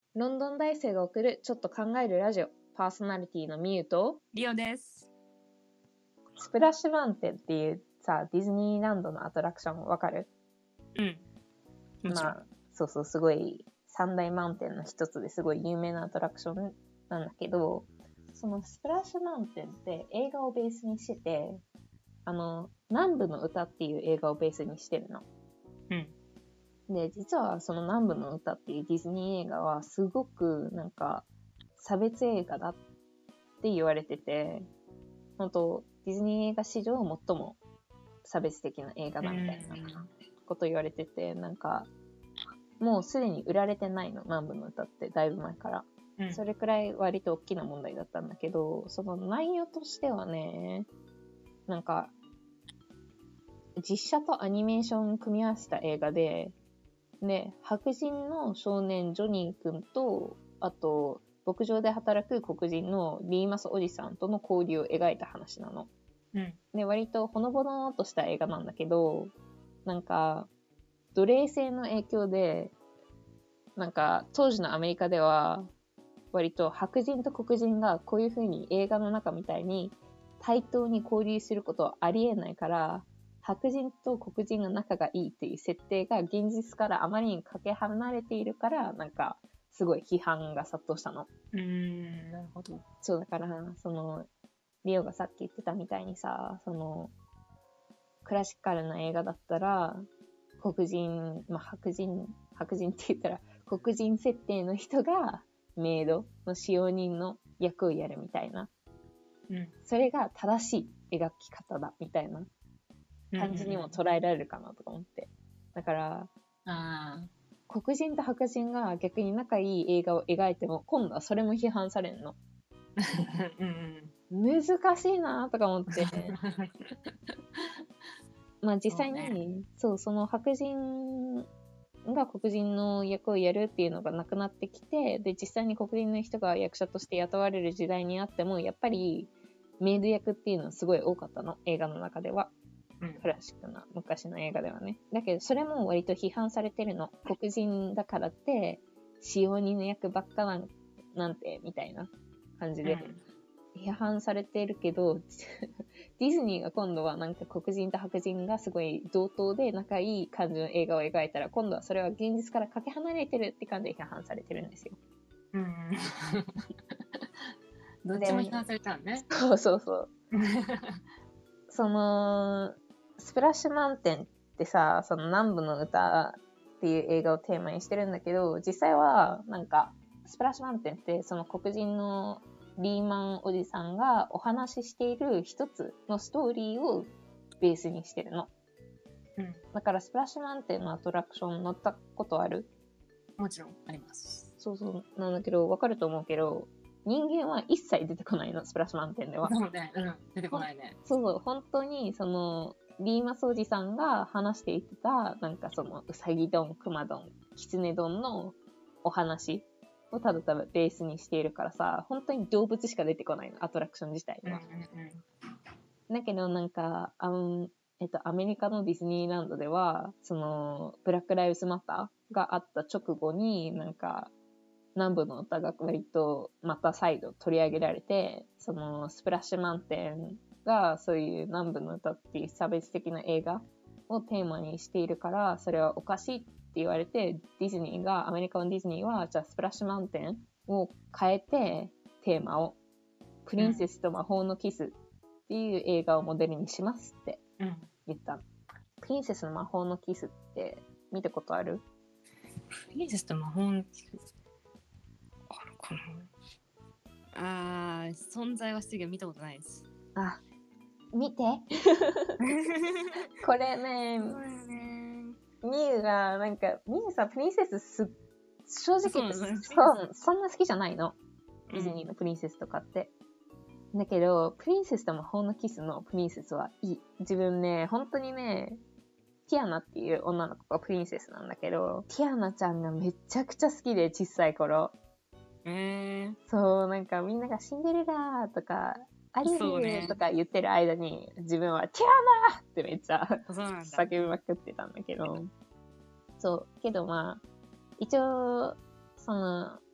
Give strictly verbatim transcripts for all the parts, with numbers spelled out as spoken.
ロンドン大生が送るちょっと考えるラジオ、パーソナリティのミユとリオです。 スプラッシュマウンテンっていうさ、ディズニーランドのアトラクションわかる？ うん。 まあ、そうそう、すごい三大マウンテンの一つですごい有名なアトラクションなんだけど、そのスプラッシュマウンテンって映画をベースにしてて、あの、南部の歌っていう映画をベースにしてるの。 うん。 で、実はその南部の歌っていうディズニー映画はすごくなんか差別映画だって言われてて、本当ディズニー映画史上最も差別的な映画だみたいなこと言われてて、なんかもうすでに売られてないの、南部の歌ってだいぶ前から、うん、それくらい割と大きな問題だったんだけど、その内容としてはね、なんか実写とアニメーション組み合わせた映画で、で、白人の少年ジョニー君と、あと牧場で働く黒人のリーマスおじさんとの交流を描いた話なの。 うん、 で、割とほのぼのとした映画なんだけど、なんか奴隷制の影響で、なんか当時のアメリカでは割と白人と黒人がこういう風に映画の中みたいに対等に交流することはありえないから、白人と黒人が仲がいいっていう設定が現実からあまりにかけ離れているから、なんかすごい批判が殺到したの。 うーん、なるほど。 そうだから、そのリオがさっき言ってたみたいにさ、そのクラシカルな映画だったら黒人、まあ、白人白人って言ったら黒人設定の人がメイドの使用人の役をやるみたいな、 うん、 それが正しい描き方だみたいな感じにも捉えられるかなとか思って、だからあ黒人と白人が逆に仲いい映画を描いても今度はそれも批判されるの。うん、難しいなとか思ってまあ実際にそう、ね、そうその白人が黒人の役をやるっていうのがなくなってきて、で実際に黒人の人が役者として雇われる時代にあってもやっぱりメイド役っていうのはすごい多かったの、映画の中では。クラシックな昔の映画ではね。だけどそれも割と批判されてるの。黒人だからって使用人の役ばっかなんなんてみたいな感じで批判されてるけど、ディズニーが今度はなんか黒人と白人がすごい同等で仲いい感じの映画を描いたら、今度はそれは現実からかけ離れてるって感じで批判されてるんですよ。 うんどっちも批判されたのね。 そうそうそうそのスプラッシュマウンテンってさ、その南部の歌っていう映画をテーマにしてるんだけど、実際はなんかスプラッシュマウンテンってその黒人のリーマンおじさんがお話ししている一つのストーリーをベースにしてるの、うん、だからスプラッシュマウンテンのアトラクション乗ったことある？ もちろんあります。 そうそうなんだけど、分かると思うけど人間は一切出てこないの、スプラッシュマウンテンでは。 そうね、うん、出てこないね。 そうそう、本当にそのリーマスおじさんが話していたなんかそのうさぎ丼、くま丼、きつね丼のお話をただただベースにしているからさ、本当に動物しか出てこないの、アトラクション自体は。うんうんうん、だけどなんかあの、えっと、アメリカのディズニーランドではそのブラックライブズマターがあった直後になんか南部の歌が割とまた再度取り上げられて、そのスプラッシュマウンテンがそういう南部の歌っていう差別的な映画をテーマにしているから、それはおかしいって言われて、ディズニーが、アメリカのディズニーはじゃあスプラッシュマウンテンを変えてテーマをプリンセスと魔法のキスっていう映画をモデルにしますって言った、うん、プリンセスの魔法のキスって見たことある？ プリンセスと魔法のキスあるかな。あー、存在はしてるけど見たことないです。 あ、見てこれね、みゆがなんかみゆさプリンセスす正直言って そ, そ, そんな好きじゃないの、ディズニーのプリンセスとかって、うん、だけどプリンセスと魔法のキスのプリンセスはいい。自分ね本当にね、ティアナっていう女の子がプリンセスなんだけど、ティアナちゃんがめちゃくちゃ好きで、小さい頃。 えー、 そうなんかみんながシンデレラとかアリエルとか言ってる間に、ね、自分はティアナってめっちゃ叫びまくってたんだけど、そうけどまあ一応その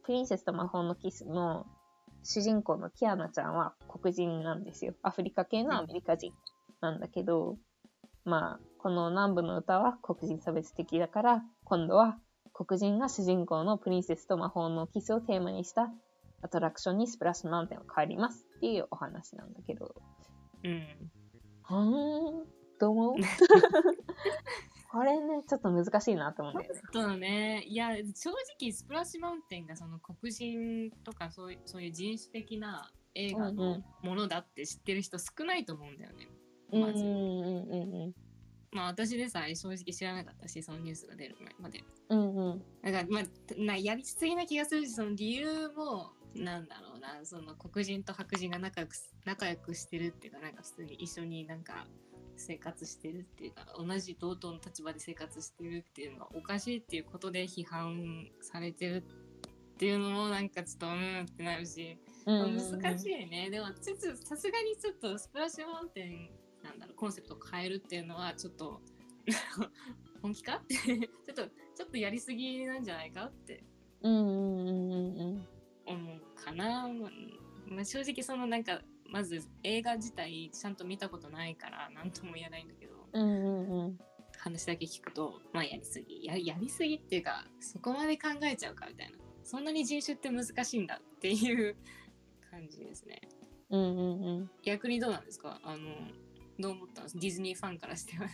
プリンセスと魔法のキスの主人公のキアナちゃんは黒人なんですよ。アフリカ系のアメリカ人なんだけど、まあ、この南部の歌は黒人差別的だから、今度は黒人が主人公のプリンセスと魔法のキスをテーマにしたアトラクションにスプラッシュマウンテンを変わりますっていうお話なんだけど。 うん。 はーん、どう思うこれね、ちょっと難しいなと思うんだよね。 そうね。いや、正直スプラッシュマウンテンがその黒人とかそういう、そういう人種的な映画のものだって知ってる人少ないと思うんだよね。 うんうん、まず。うんうんうんうん。 まあ私でさえ正直知らなかったし、そのニュースが出る前まで。 うんうん。 だからまあなやりすぎな気がするし、その理由もなんだろうな、その黒人と白人が仲良く仲良くしてるっていうか、なんか普通に一緒になんか生活してるっていうか、同じ同等の立場で生活してるっていうのがおかしいっていうことで批判されてるっていうのもなんかちょっとうんってなるし、うんうんうん、難しいね。でもちょっとさすがにちょっとスプラッシュマウンテンなんだろうコンセプトを変えるっていうのはちょっと本気かってちょっとちょっとやりすぎなんじゃないかって思うかな。まあ、正直そのなんかまず映画自体ちゃんと見たことないから何とも言えないんだけど、 うんうんうん、 話だけ聞くとまあやりすぎ や, やりすぎっていうかそこまで考えちゃうかみたいな、そんなに人種って難しいんだっていう感じですね。 うんうんうん、 逆にどうなんですか？あのどう思ったんですディズニーファンからしては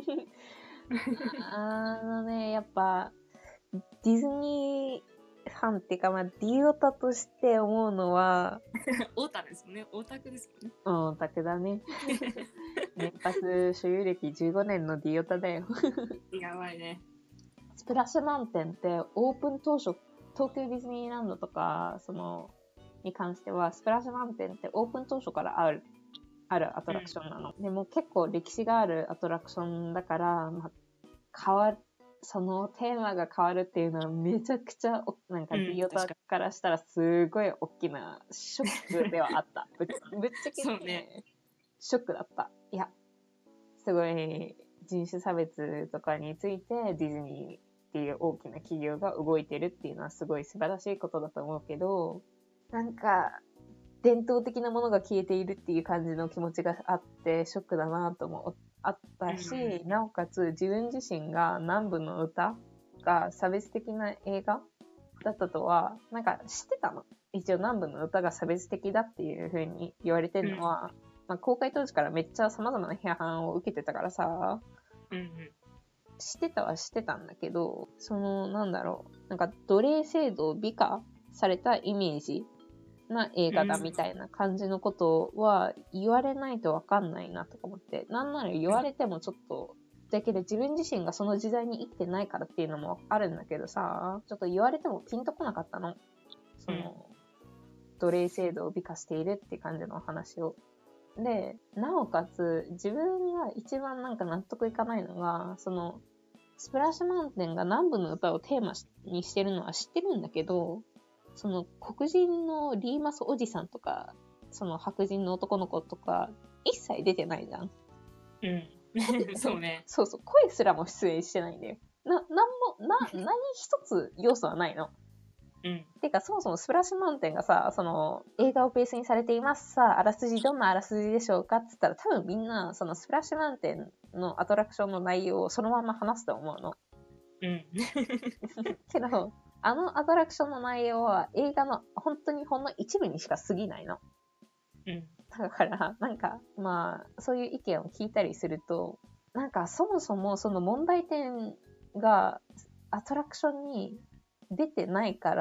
あのね、やっぱディズニーファンっていうか、まあ、ディオタとして思うのはオタですもんね。オタクですもんね。 オタクだね年パス所有歴じゅうごねんのディオタだよやばいね。 スプラッシュマウンテンってオープン当初、東京ディズニーランドとかそのに関してはスプラッシュマウンテンってオープン当初からあるあるアトラクションなの、うん、でも結構歴史があるアトラクションだから、まあ、変わるそのテーマが変わるっていうのはめちゃくちゃなんかディオタからしたらすごい大きなショックではあったぶっ, ぶっちゃけ、ねね、ショックだった。いやすごい人種差別とかについてディズニーっていう大きな企業が動いてるっていうのはすごい素晴らしいことだと思うけど、なんか伝統的なものが消えているっていう感じの気持ちがあってショックだなともあったし、うん、なおかつ自分自身が南部の歌が差別的な映画だったとはなんか知ってたの。一応南部の歌が差別的だっていう風に言われてるのは、うんまあ、公開当時からめっちゃ様々な批判を受けてたからさ、うんうん、知ってたは知ってたんだけど、そのなんだろうなんか奴隷制度を美化されたイメージな映画だみたいな感じのことは言われないと分かんないなとか思って、なんなら言われてもちょっとだけど自分自身がその時代に生きてないからっていうのもあるんだけどさ、ちょっと言われてもピンとこなかったの。その奴隷制度を美化しているって感じの話を。で、なおかつ自分が一番なんか納得いかないのが、そのスプラッシュマウンテンが南部の歌をテーマにしてるのは知ってるんだけど、その黒人のリーマスおじさんとか、その白人の男の子とか、一切出てないじゃん。 うん。そうね。 そうそう、声すらも出演してないんだよ。な、なんも、な、何一つ要素はないの。うん。てか、そもそもスプラッシュマウンテンがさ、その、映画をベースにされていますさ、あらすじ、どんなあらすじでしょうかって言ったら、多分みんな、そのスプラッシュマウンテンのアトラクションの内容をそのまま話すと思うの。うん。けど、あのアトラクションの内容は映画の本当にほんの一部にしか過ぎないの。うん。だから、なんか、まあ、そういう意見を聞いたりすると、なんかそもそもその問題点がアトラクションに出てないから、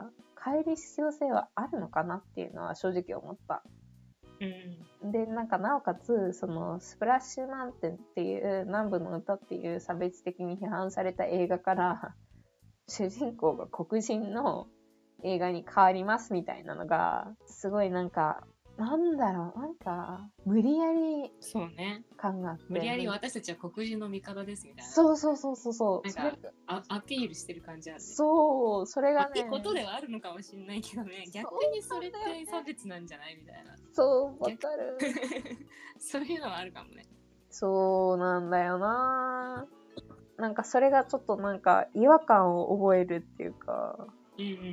変える必要性はあるのかなっていうのは正直思った。うん。で、なんかなおかつ、そのスプラッシュマウンテンっていう南部の歌っていう差別的に批判された映画から、主人公が黒人の映画に変わりますみたいなのがすごいなんかなんだろうなんか無理やり感があって、 無理やり私たちは黒人の味方ですみたいな、 そうそうそうそうそうなんかア, アピールしてる感じあるね。 そうそれがねいいことではあるのかもしれないけどね、逆にそれって差別なんじゃないみたいな。 そうわかるそういうのはあるかもね。 そうなんだよな。なんかそれがちょっとなんか違和感を覚えるっていうか、 うんうんうん、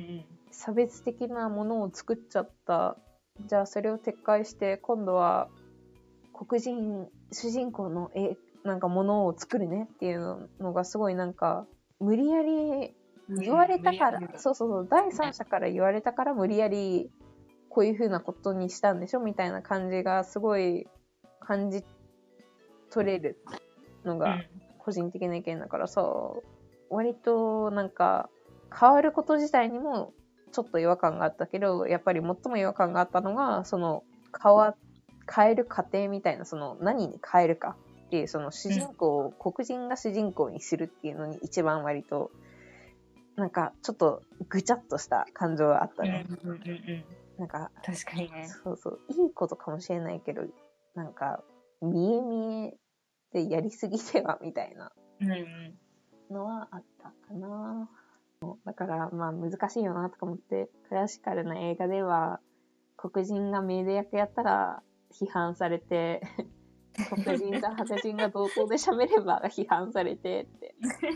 差別的なものを作っちゃった。じゃあそれを撤回して今度は黒人主人公のえなんかものを作るねっていうのがすごいなんか無理やり言われたから、うん、そうそうそう第三者から言われたから無理やりこういう風なことにしたんでしょみたいな感じがすごい感じ取れるのが個人的な意見だからさ、割となんか変わること自体にもちょっと違和感があったけど、やっぱり最も違和感があったのがその変わ変える過程みたいな、その何に変えるかっていう、その主人公を、うん、黒人が主人公にするっていうのに一番割となんかちょっとぐちゃっとした感情があったね。 うんうんうんうん、 なんか確かにね。 そうそういいことかもしれないけど、なんか見え見えでやりすぎてはみたいなのはあったかな。だからまあ難しいよなとか思って、クラシカルな映画では黒人がメイド役やったら批判されて黒人と白人が同等で喋れば批判されてって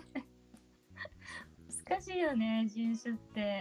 難しいよね、人種って。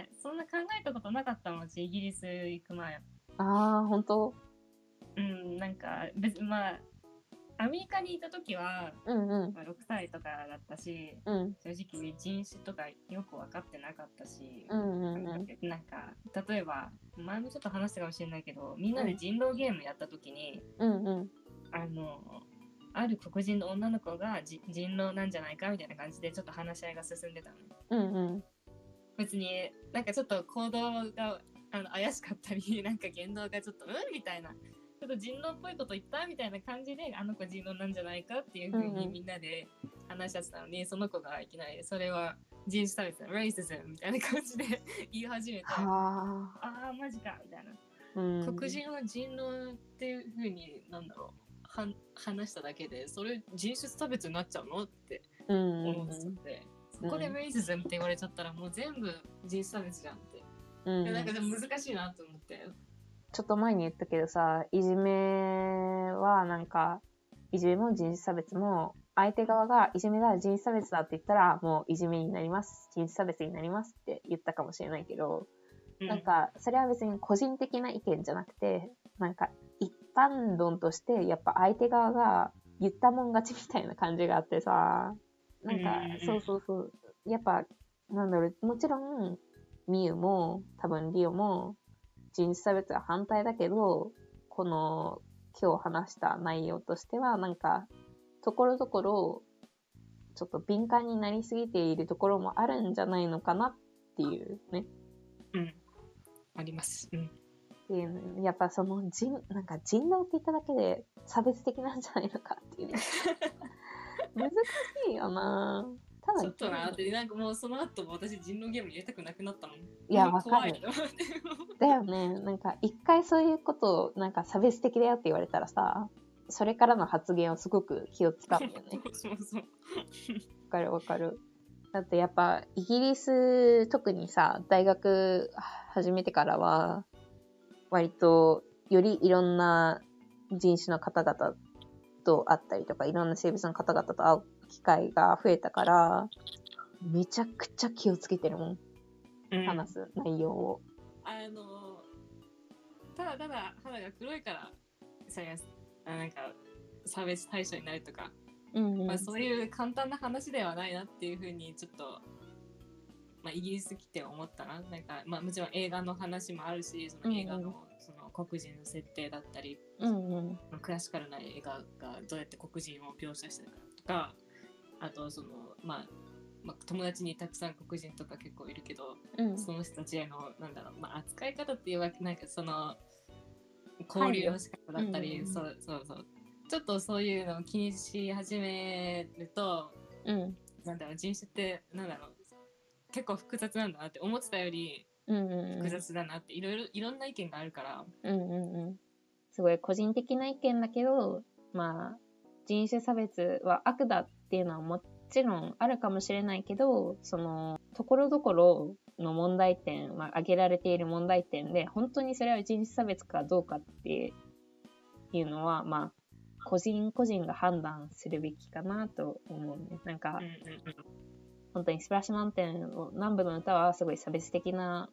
そんな考えたことなかったもん、イギリス行く前。 ああ、本当？ うん、なんか別まあアメリカにいた時は、 うんうんまあ、ろくさいとかだったし、 うん、 正直人種とかよく分かってなかったし、 うんうんうん、 なんか例えば前もちょっと話したかもしれないけど、みんなで人狼ゲームやった時に、 うんうん、 あのある黒人の女の子が人狼なんじゃないかみたいな感じでちょっと話し合いが進んでたの。 うんうん、 別になんかちょっと行動があの怪しかったり、なんか言動がちょっとうんみたいな、ちょっと人狼っぽいこと言ったみたいな感じで、あの子人狼なんじゃないかっていう風にみんなで話し合ってたのに、うんうん、その子がいきなりそれは人種差別だ、レイシズムみたいな感じで言い始めて、ああマジかみたいな、うん、黒人は人狼っていう風になんだろうは話しただけでそれ人種差別になっちゃうのって思ってたんで、うん、そこでレイシズムって言われちゃったらもう全部人種差別じゃんって、うん、なんかでも難しいなと思って。 ちょっと前に言ったけどさ、いじめはなんか、いじめも人種差別も、相手側がいじめだ、人種差別だって言ったら、もういじめになります、人種差別になりますって言ったかもしれないけど、うん、なんか、それは別に個人的な意見じゃなくて、なんか、一般論として、やっぱ相手側が言ったもん勝ちみたいな感じがあってさ、なんか、そうそうそう、やっぱ、なんだろう、もちろん、ミユも、多分リオも、人種差別は反対だけど、この今日話した内容としてはなんかところどころちょっと敏感になりすぎているところもあるんじゃないのかなっていうね。 うん。あります。うん。 っていうやっぱその人なんか人狼って言っただけで差別的なんじゃないのかっていう、ね、難しいよな。ただちょっとなってなんかもうその後私人狼ゲーム入れたくなくなったもん。いやわかる。だよね。なんか一回そういうことをなんか差別的だよって言われたらさ、それからの発言をすごく気を使うんだよね。 そうそう。わかるわかる。だってやっぱイギリス特にさ大学始めてからは割とよりいろんな人種の方々と会ったりとかいろんな性別の方々と会う機会が増えたからめちゃくちゃ気をつけてるもん、うん、話す内容を。 あのただただ肌が黒いからさなんか差別対象になるとか、うんうんまあ、そういう簡単な話ではないなっていう風にちょっと、まあ、イギリス来て思ったな。なんか、まあ、もちろん映画の話もあるしその映画の、うんうん、その黒人の設定だったり、うんうんまあ、クラシカルな映画がどうやって黒人を描写してるかとか、あとその、まあまあ、友達にたくさん黒人とか結構いるけど、うん、その人たちへのなんだろう、まあ、扱い方っていうわけなんかその交流の仕方だったり、はいうんうん、そうそうそうちょっとそういうのを気にし始めると、うん、なんだろう人種ってなんだろう結構複雑なんだなって思ってたより複雑だなっていろいろいろんな意見があるから、 うんうんうん、すごい個人的な意見だけど、まあ人種差別は悪だっていうのはもちろんあるかもしれないけど、そのところどころの問題点、まあ、挙げられている問題点で本当にそれは人種差別かどうかっていうのはまあ個人個人が判断するべきかなと思うね。なんか、うんうんうん、本当にスプラッシュマウンテンの南部の歌はすごい差別的な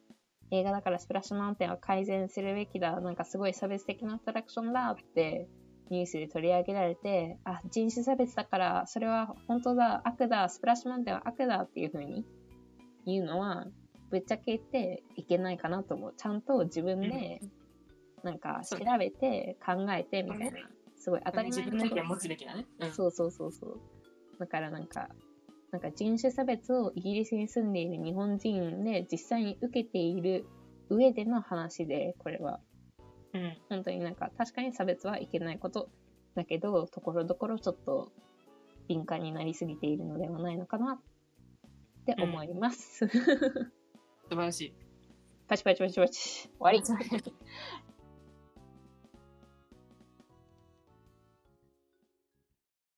映画だからスプラッシュマウンテンは改善するべきだ、なんかすごい差別的なアトラクションだってニュースで取り上げられて、あ、人種差別だからそれは本当だ、悪だ、スプラッシュマウンテンは悪だっていう風に言うのはぶっちゃけ言っていけないかなと思う。ちゃんと自分でなんか調べて考えてみたいな、すごい当たり前自分の意見を持つべきだね、うん、 そうそうそうそう。だからなんかなんか人種差別をイギリスに住んでいる日本人で実際に受けている上での話で、これは、 うん、 本当になんか確かに差別はいけないことだけど、ところどころちょっと敏感になりすぎているのではないのかなって思います、うん、 素晴らしい。 パチパチパチパチ終わり